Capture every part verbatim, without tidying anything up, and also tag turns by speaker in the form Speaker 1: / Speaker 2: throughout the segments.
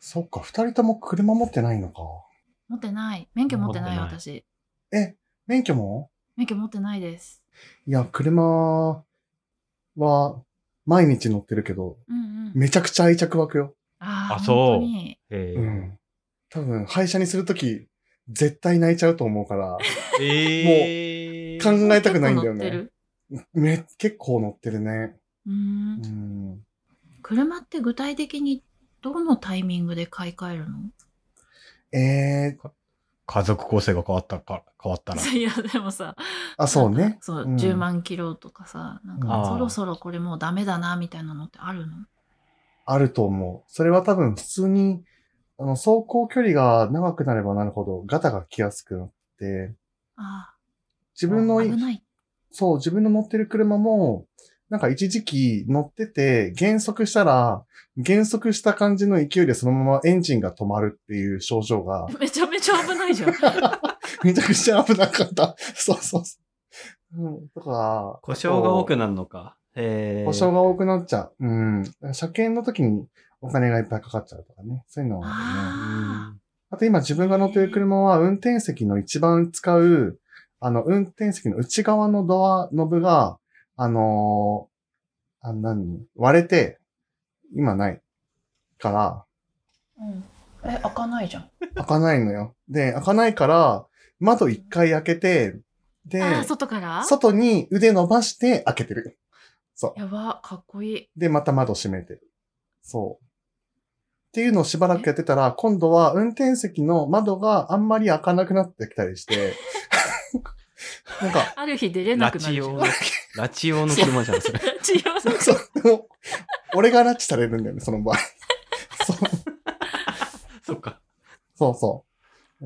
Speaker 1: そっか、二人とも車持ってないのか。
Speaker 2: 持ってない。免許持ってない、
Speaker 3: 持ってない
Speaker 2: 私。
Speaker 1: え、免許も？
Speaker 2: 免許持ってないです。
Speaker 1: いや、車は毎日乗ってるけど、
Speaker 2: うんうん。
Speaker 1: めちゃくちゃ愛着湧くよ。
Speaker 2: ああ、
Speaker 3: あそう
Speaker 2: 本当に。
Speaker 3: へ
Speaker 1: う
Speaker 3: ー
Speaker 1: ん。多分、廃車にするとき、絶対泣いちゃうと思うから、
Speaker 3: えー、
Speaker 1: 考えたくないんだよね。
Speaker 2: 結構乗ってる。
Speaker 1: め、結構乗ってるね。
Speaker 2: うーん
Speaker 1: う。ん。
Speaker 2: 車って具体的にどのタイミングで買い替えるの？
Speaker 1: えー、
Speaker 3: 家族構成が変わったか、変わったら。
Speaker 2: いや、でもさ、
Speaker 1: あ、そうね
Speaker 2: なんか。そう、
Speaker 1: うん
Speaker 2: じゅうまんキロとかさ、なん
Speaker 1: あー
Speaker 2: かそろそろこれもうダメだな、みたいなのってあるの？
Speaker 1: あると思う。それは多分普通に、あの、走行距離が長くなればなるほど、ガタが来やすくなって、
Speaker 2: あ
Speaker 1: 自分の
Speaker 2: あ、危ない。
Speaker 1: そう、自分の乗ってる車も、なんか一時期乗ってて、減速したら、減速した感じの勢いでそのままエンジンが止まるっていう症状が、
Speaker 2: めちゃめちゃ危ないじゃん。
Speaker 1: めちゃくちゃ危なかった。そうそうそう。うん。とか、
Speaker 3: 故障が多くなるのか。へー
Speaker 1: 故障が多くなっちゃう。うん。車検の時にお金がいっぱいかかっちゃうとかね。そういうのはあるね。
Speaker 2: あ
Speaker 1: あと今自分が乗ってる車は運転席の一番使う、あの、運転席の内側のドアノブが、あのー、あ、何割れて、今ないから、
Speaker 2: あ。うん。え、開かないじゃん。
Speaker 1: 開かないのよ。で、開かないから、窓一回開けて、で、
Speaker 2: ああ、外から
Speaker 1: 外に腕伸ばして開けてる。そ
Speaker 2: やば、かっこいい。
Speaker 1: う。で、また窓閉めてる。そう。っていうのをしばらくやってたら、今度は運転席の窓があんまり開かなくなってきたりして、なんか、
Speaker 2: ある日出れな
Speaker 3: ラチ
Speaker 2: くなるじゃん。
Speaker 3: 用の、ラチ用の車じゃん、それ。
Speaker 2: 違う。
Speaker 1: そうそう。でも俺が拉致されるんだよね、その場合。そう
Speaker 3: そっか。
Speaker 1: そうそう。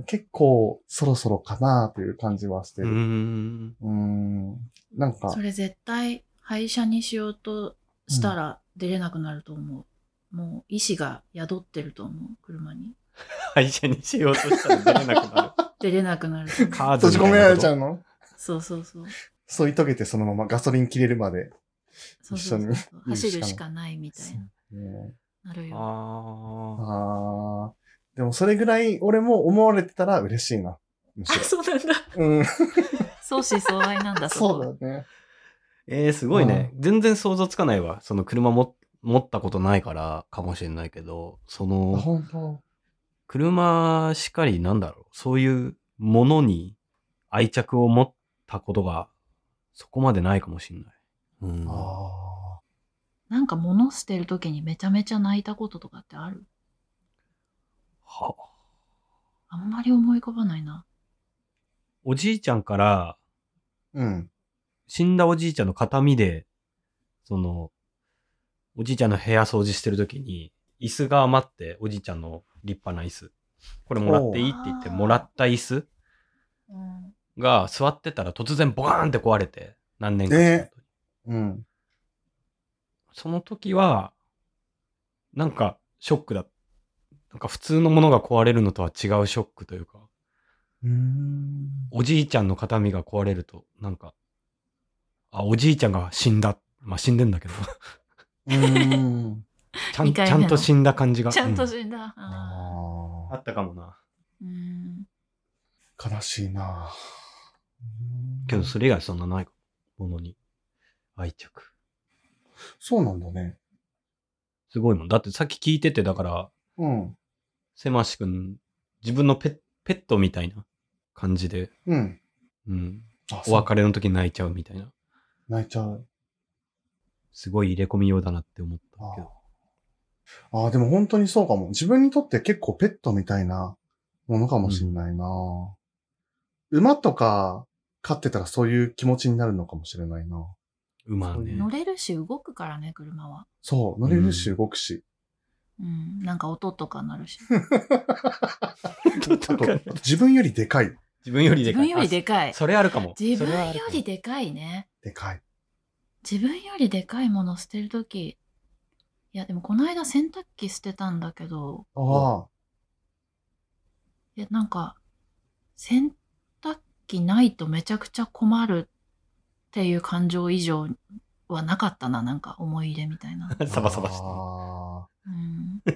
Speaker 1: 結構、そろそろかなという感じはして
Speaker 3: うー
Speaker 1: る。
Speaker 3: ん。
Speaker 1: うーん。なんか
Speaker 2: そ、れ絶対廃車にしようとしたら出れなくなると思う。もう意志が宿ってると思う、車に。
Speaker 3: 廃車にしようとしたら出れなくなる。
Speaker 2: 出れなくなると思う。
Speaker 3: カード
Speaker 1: 閉じ込められちゃうの？
Speaker 2: そうそうそう。
Speaker 1: 添い遂げてそのままガソリン切れるまで。
Speaker 2: そうそうそう
Speaker 1: 一緒に
Speaker 2: 走るしかないみたいな。
Speaker 1: ね、
Speaker 2: なるよ。
Speaker 3: あ
Speaker 1: あー。でもそれぐらい俺も思われてたら嬉しいな。むし
Speaker 2: あ、
Speaker 1: ろ。
Speaker 2: そうなんだ。
Speaker 1: うん。
Speaker 2: 相思相愛なんだ、そこは。
Speaker 1: そうだね。
Speaker 3: ー。えー、すごいね。全然想像つかないわ。その車も持ったことないからかもしれないけど、そ
Speaker 1: あ、
Speaker 3: の、
Speaker 1: 本当。
Speaker 3: 車しかりなんだろう。そういうものに愛着を持ったことがそこまでないかもしれない。うん。
Speaker 1: あ
Speaker 2: なんか物捨てるときにめちゃめちゃ泣いたこととかってある？
Speaker 3: は
Speaker 2: あんまり思い浮かばないな。
Speaker 3: おじいちゃんから
Speaker 1: ー。うん。
Speaker 3: 死んだおじいちゃんの形見で、その、おじいちゃんの部屋掃除してるときに、椅子が余って、おじいちゃんの立派な椅子。これもらっていいって言って、
Speaker 2: おう
Speaker 3: もらった椅子
Speaker 2: うん。
Speaker 3: が座ってたら突然ボカーンって壊れて、何年かした後に。
Speaker 1: うん。
Speaker 3: その時は、なんか、ショックだ。なんか普通のものが壊れるのとは違うショックというか、
Speaker 1: うーん。
Speaker 3: おじいちゃんの形見が壊れると、なんか、あ、おじいちゃんが死んだ。まあ、死んでんだけど。
Speaker 1: うーん。
Speaker 3: ちゃん、ち
Speaker 2: 二回目の
Speaker 3: ゃんと死んだ感じが。
Speaker 2: ちゃんと
Speaker 3: う
Speaker 2: 死んだ。あ
Speaker 1: あ
Speaker 3: あったかもな。
Speaker 2: うん。
Speaker 1: ー悲しいな。
Speaker 3: けど、それ以外そんなないものに愛着。
Speaker 1: そうなんだね。
Speaker 3: すごいもん。だってさっき聞いてて、だから、
Speaker 1: うん。
Speaker 3: せましくん、自分のペッペットみたいな感じで、
Speaker 1: うん。
Speaker 3: うん。
Speaker 1: あ、
Speaker 3: お
Speaker 1: そう。
Speaker 3: 別れの時に泣いちゃうみたいな。
Speaker 1: 泣いちゃう。
Speaker 3: すごい入れ込みようだなって思ったけど。
Speaker 1: ああ、でも本当にそうかも。自分にとって結構ペットみたいなものかもしれないな、うん、馬とか飼ってたらそういう気持ちになるのかもしれないな。
Speaker 3: 馬ね。
Speaker 2: 乗れるし動くからね、車は。
Speaker 1: そう、乗れるし動くし。
Speaker 2: うん。なんか音とかなるし。
Speaker 3: 音とか
Speaker 1: 自分よりでかい。
Speaker 3: 自分よりでかい。
Speaker 2: 自分よりでかい
Speaker 3: あ。それあるかも。
Speaker 2: 自分
Speaker 3: それはあるかも
Speaker 2: よりでかいね。
Speaker 1: でかい。
Speaker 2: 自分よりでかいもの捨てるとき、いやでもこの間洗濯機捨てたんだけど、
Speaker 1: ああ。
Speaker 2: いやなんか、洗濯機ないとめちゃくちゃ困るっていう感情以上はなかったな、なんか思い入れみたいな。
Speaker 3: サバサバして。
Speaker 2: うん、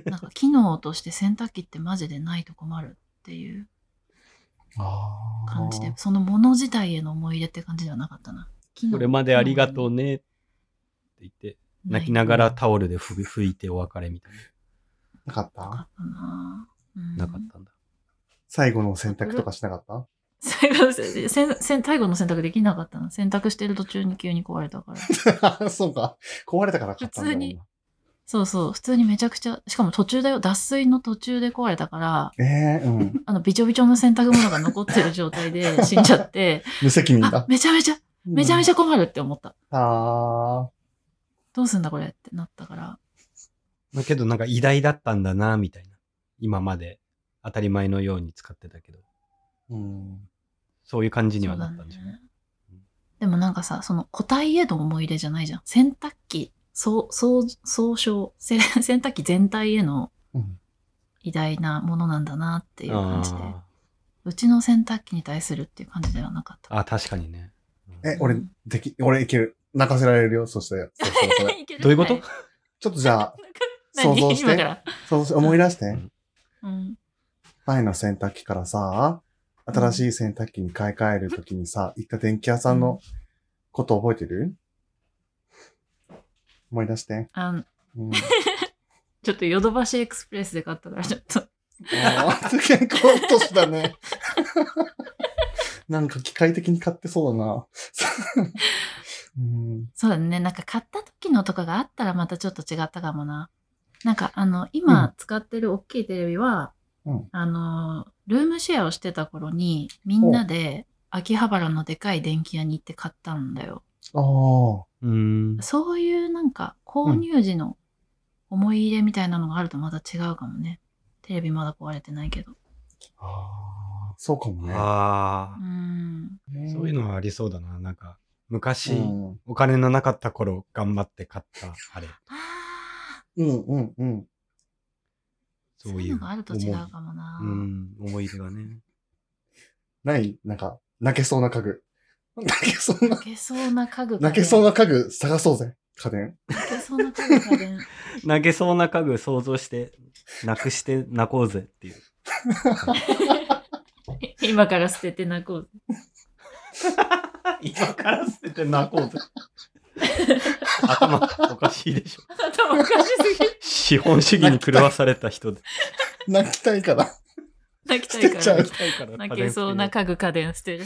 Speaker 2: なんか機能として洗濯機ってマジでないと困るっていう
Speaker 1: あー
Speaker 2: 感じで、そのもの自体への思い入れって感じではなかったな。機能
Speaker 3: これまでありがとうねって言って、泣きながらタオルでふ拭いてお別れみたい
Speaker 1: なかっ
Speaker 2: なか
Speaker 1: た
Speaker 2: ったな、うん、
Speaker 3: な。なかったんだ。
Speaker 1: 最後の選択とかしなかった
Speaker 2: 最後のせせんせん最後の選択できなかったな。洗濯してる途中に急に壊れたから。
Speaker 1: そうか。壊れたから買ったんだもんな。
Speaker 2: 普通にそうそう。普通にめちゃくちゃ、しかも途中だよ。脱水の途中で壊れたから、
Speaker 1: ええー、うん。
Speaker 2: あの、びちょびちょの洗濯物が残ってる状態で死んじゃって、
Speaker 1: 無責任
Speaker 2: あ
Speaker 1: だ、。
Speaker 2: めちゃめちゃ、めちゃめち
Speaker 1: ゃ。
Speaker 2: ゃ困るって思った。
Speaker 1: あ
Speaker 2: どうすんだこれってなったから。
Speaker 3: だけどなんか偉大だったんだな、みたいな。今まで当たり前のように使ってたけど、
Speaker 1: ー。うん。
Speaker 3: そういう感じに
Speaker 2: そうだ
Speaker 3: はなったんでしょうね。
Speaker 2: ね。でもなんかさ、その個体への思い入れじゃないじゃん。洗濯機、総、総、総称、せ洗濯機全体への
Speaker 1: うん。
Speaker 2: 偉大なものなんだなっていう感じで。
Speaker 3: あ
Speaker 2: うちの洗濯機に対するっていう感じではなかった。
Speaker 3: ーあ、確かにね。うん
Speaker 1: え、俺、でき、俺いける。泣かせられるよ。そして、そうそうそれ。
Speaker 3: どういうこと
Speaker 1: ちょっとじゃあ、
Speaker 2: 何
Speaker 1: 想像して
Speaker 2: 今から。
Speaker 1: 想像して思い出して。
Speaker 3: うん
Speaker 2: うん。
Speaker 1: 前の洗濯機からさ、新しい洗濯機に買い替えるときにさ、行った電気屋さんのこと覚えてる、思い出して。
Speaker 2: あの、
Speaker 1: うん。
Speaker 2: ちょっとヨドバシエクスプレスで買ったから、ちょっと。
Speaker 1: ああ、結構年だね。なんか機械的に買ってそうだな。うん。
Speaker 2: そうだね。なんか買った時のとかがあったらまたちょっと違ったかもな。なんかあの、今使ってる大きいテレビは、
Speaker 1: うん
Speaker 2: あの、ルームシェアをしてた頃に、みんなで秋葉原のでかい電気屋に行って買ったんだよ。
Speaker 1: ああ。
Speaker 3: うーん。
Speaker 2: そういうなんか購入時の思い入れみたいなのがあるとまた違うかもね。テレビまだ壊れてないけど。
Speaker 1: ああ、そうかもね。
Speaker 3: あ
Speaker 2: うーん。
Speaker 3: あ、
Speaker 1: ね
Speaker 3: そういうのはありそうだな。なんか、昔、
Speaker 1: うん
Speaker 3: お金のなかった頃、頑張って買った、あれ。
Speaker 2: ああ、
Speaker 1: うんうんうん。
Speaker 3: そういうう
Speaker 2: そういうのがあると違うかもな。
Speaker 3: 思い。うん、思い出がね。
Speaker 1: ないなんか、泣けそうな家具。泣けそうな、
Speaker 2: 泣けそうな家具。
Speaker 1: 泣けそうな家具探そうぜ。家電。
Speaker 2: 泣けそうな家具家電。
Speaker 3: 投げそうな家具想像して、なくして泣こうぜっていう。
Speaker 2: 今から捨てて泣こう。
Speaker 3: 今から捨てて泣こうぜ。頭おかしいでしょ。
Speaker 2: 頭おかしすぎる。
Speaker 3: 資本主義に狂わされた人で。
Speaker 1: 泣きたいから。
Speaker 2: 泣きたいから
Speaker 1: 捨てちゃう。
Speaker 3: 泣きたいから
Speaker 2: 泣けそうな家具家電捨てる。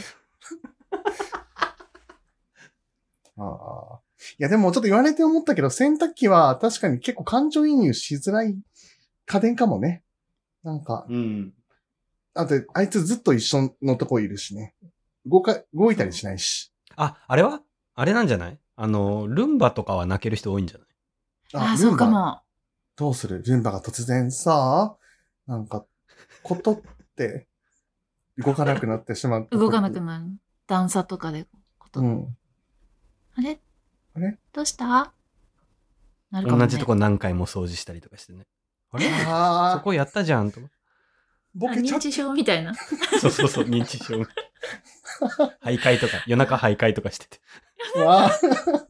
Speaker 1: ああ。いやでもちょっと言われて思ったけど、洗濯機は確かに結構感情移入しづらい家電かもね。なんか、
Speaker 3: うん。
Speaker 1: あと、あいつずっと一緒のとこいるしね。動か、動いたりしないし。
Speaker 3: あ、あれはあれなんじゃないあの、ルンバとかは泣ける人多いんじゃない
Speaker 2: ああ、そうか
Speaker 1: ルンバ
Speaker 2: も。
Speaker 1: どうするルンバが突然さ、なんか、ことって、動かなくなってしまった時。
Speaker 2: 動かなくなる。段差とかでこと。
Speaker 1: うん。
Speaker 2: あれ
Speaker 1: あれ
Speaker 2: どうしたなるかもね。
Speaker 3: 同じとこ何回も掃除したりとかしてね。あれ
Speaker 1: ああ、
Speaker 3: そこやったじゃんと。
Speaker 1: ボケちゃっ
Speaker 2: あ認知症みたいな。
Speaker 3: そうそうそう、認知症。徘徊とか、夜中徘徊とかしてて。
Speaker 1: たわー。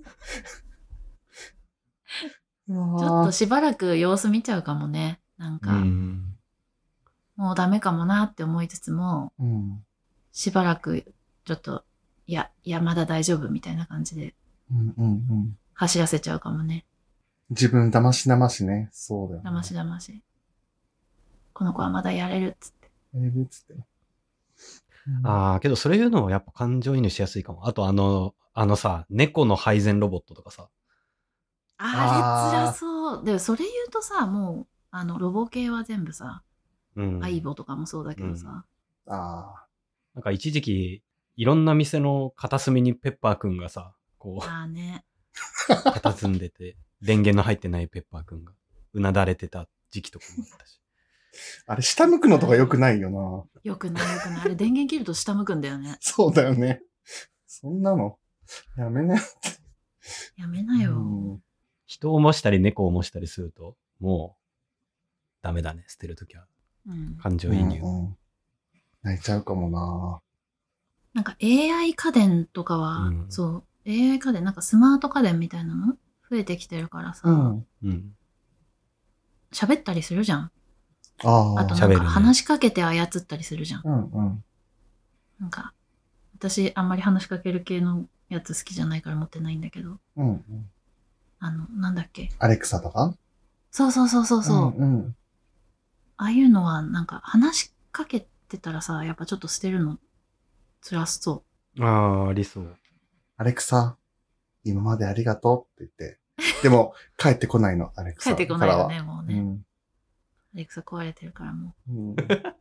Speaker 2: ちょっとしばらく様子見ちゃうかもね。なんか、
Speaker 3: ん。
Speaker 2: もうダメかもなって思いつつも、
Speaker 1: うん。
Speaker 2: しばらくちょっと、いや、いや、まだ大丈夫みたいな感じで
Speaker 1: うんうんうん。
Speaker 2: 走らせちゃうかもね。
Speaker 1: 自分騙し騙しね。そうだよ、ね。
Speaker 2: だましだまし。この子はまだやれるっつって。
Speaker 1: えーつって。うん
Speaker 3: ああ、けどそれ言うのはやっぱ感情移入しやすいかも。あとあの、あのさ、猫の配膳ロボットとかさ。
Speaker 2: あれ辛そう。で、それ言うとさ、もう、あの、ロボ系は全部さ、
Speaker 3: うん。
Speaker 2: アイボとかもそうだけどさ。
Speaker 1: あ
Speaker 3: なんか一時期、いろんな店の片隅にペッパーくんがさ、こう、
Speaker 2: ああね。
Speaker 3: 佇んでて、電源の入ってないペッパーくんが、うなだれてた時期とかもあったし。
Speaker 1: あ。あれ、下向くのとか良くないよな。
Speaker 2: よくないよくない。あれ電源切ると下向くんだよね。
Speaker 1: そうだよね。そんなの、やめなよ。
Speaker 2: やめなよ。
Speaker 1: うん
Speaker 3: 人を模したり猫を模したりすると、もう、ダメだね、捨てるときは。
Speaker 2: うん。
Speaker 3: 感情移入。
Speaker 1: うんうん泣いちゃうかもな。
Speaker 2: なんか エーアイ 家電とかは、
Speaker 3: うん
Speaker 2: そう、エーアイ 家電、なんかスマート家電みたいなの増えてきてるからさ、
Speaker 1: うん。
Speaker 3: うん。
Speaker 2: 喋ったりするじゃん。
Speaker 1: ああ。
Speaker 2: あとなんか
Speaker 3: 喋るね
Speaker 2: 話しかけて操ったりするじゃん。
Speaker 1: うんうん。
Speaker 2: なんか、私あんまり話しかける系のやつ好きじゃないから持ってないんだけど、
Speaker 1: うんうん。
Speaker 2: あの、なんだっけ。
Speaker 1: アレクサとか
Speaker 2: そうそうそうそうそう。
Speaker 1: うんうん。
Speaker 2: ああいうのはなんか話しかけてたらさ、やっぱちょっと捨てるの辛そ
Speaker 3: ああ、ありそう。
Speaker 1: アレクサ、今までありがとうって言って。でも、帰ってこないの、アレク
Speaker 2: う。帰
Speaker 1: サ
Speaker 2: ってこ
Speaker 1: からは。
Speaker 2: ないよね、もうね。
Speaker 1: うん
Speaker 2: アレクサ壊れてるからも
Speaker 1: うん。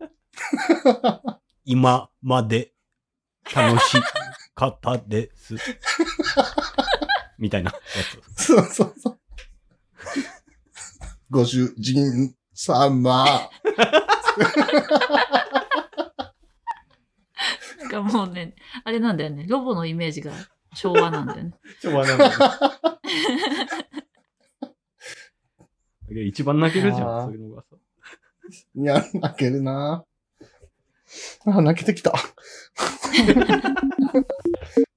Speaker 3: 今まで楽しかったです。みたいなやつ。
Speaker 1: そうそうそう。ご主人様。
Speaker 2: う。なんかもうね、あれなんだよね。ロボのイメージが昭和なんだよね。
Speaker 3: 昭和なんだいや一番泣けるじゃん、
Speaker 1: あー
Speaker 3: そういうのがさ。
Speaker 1: いや、泣けるなあ、泣けてきた。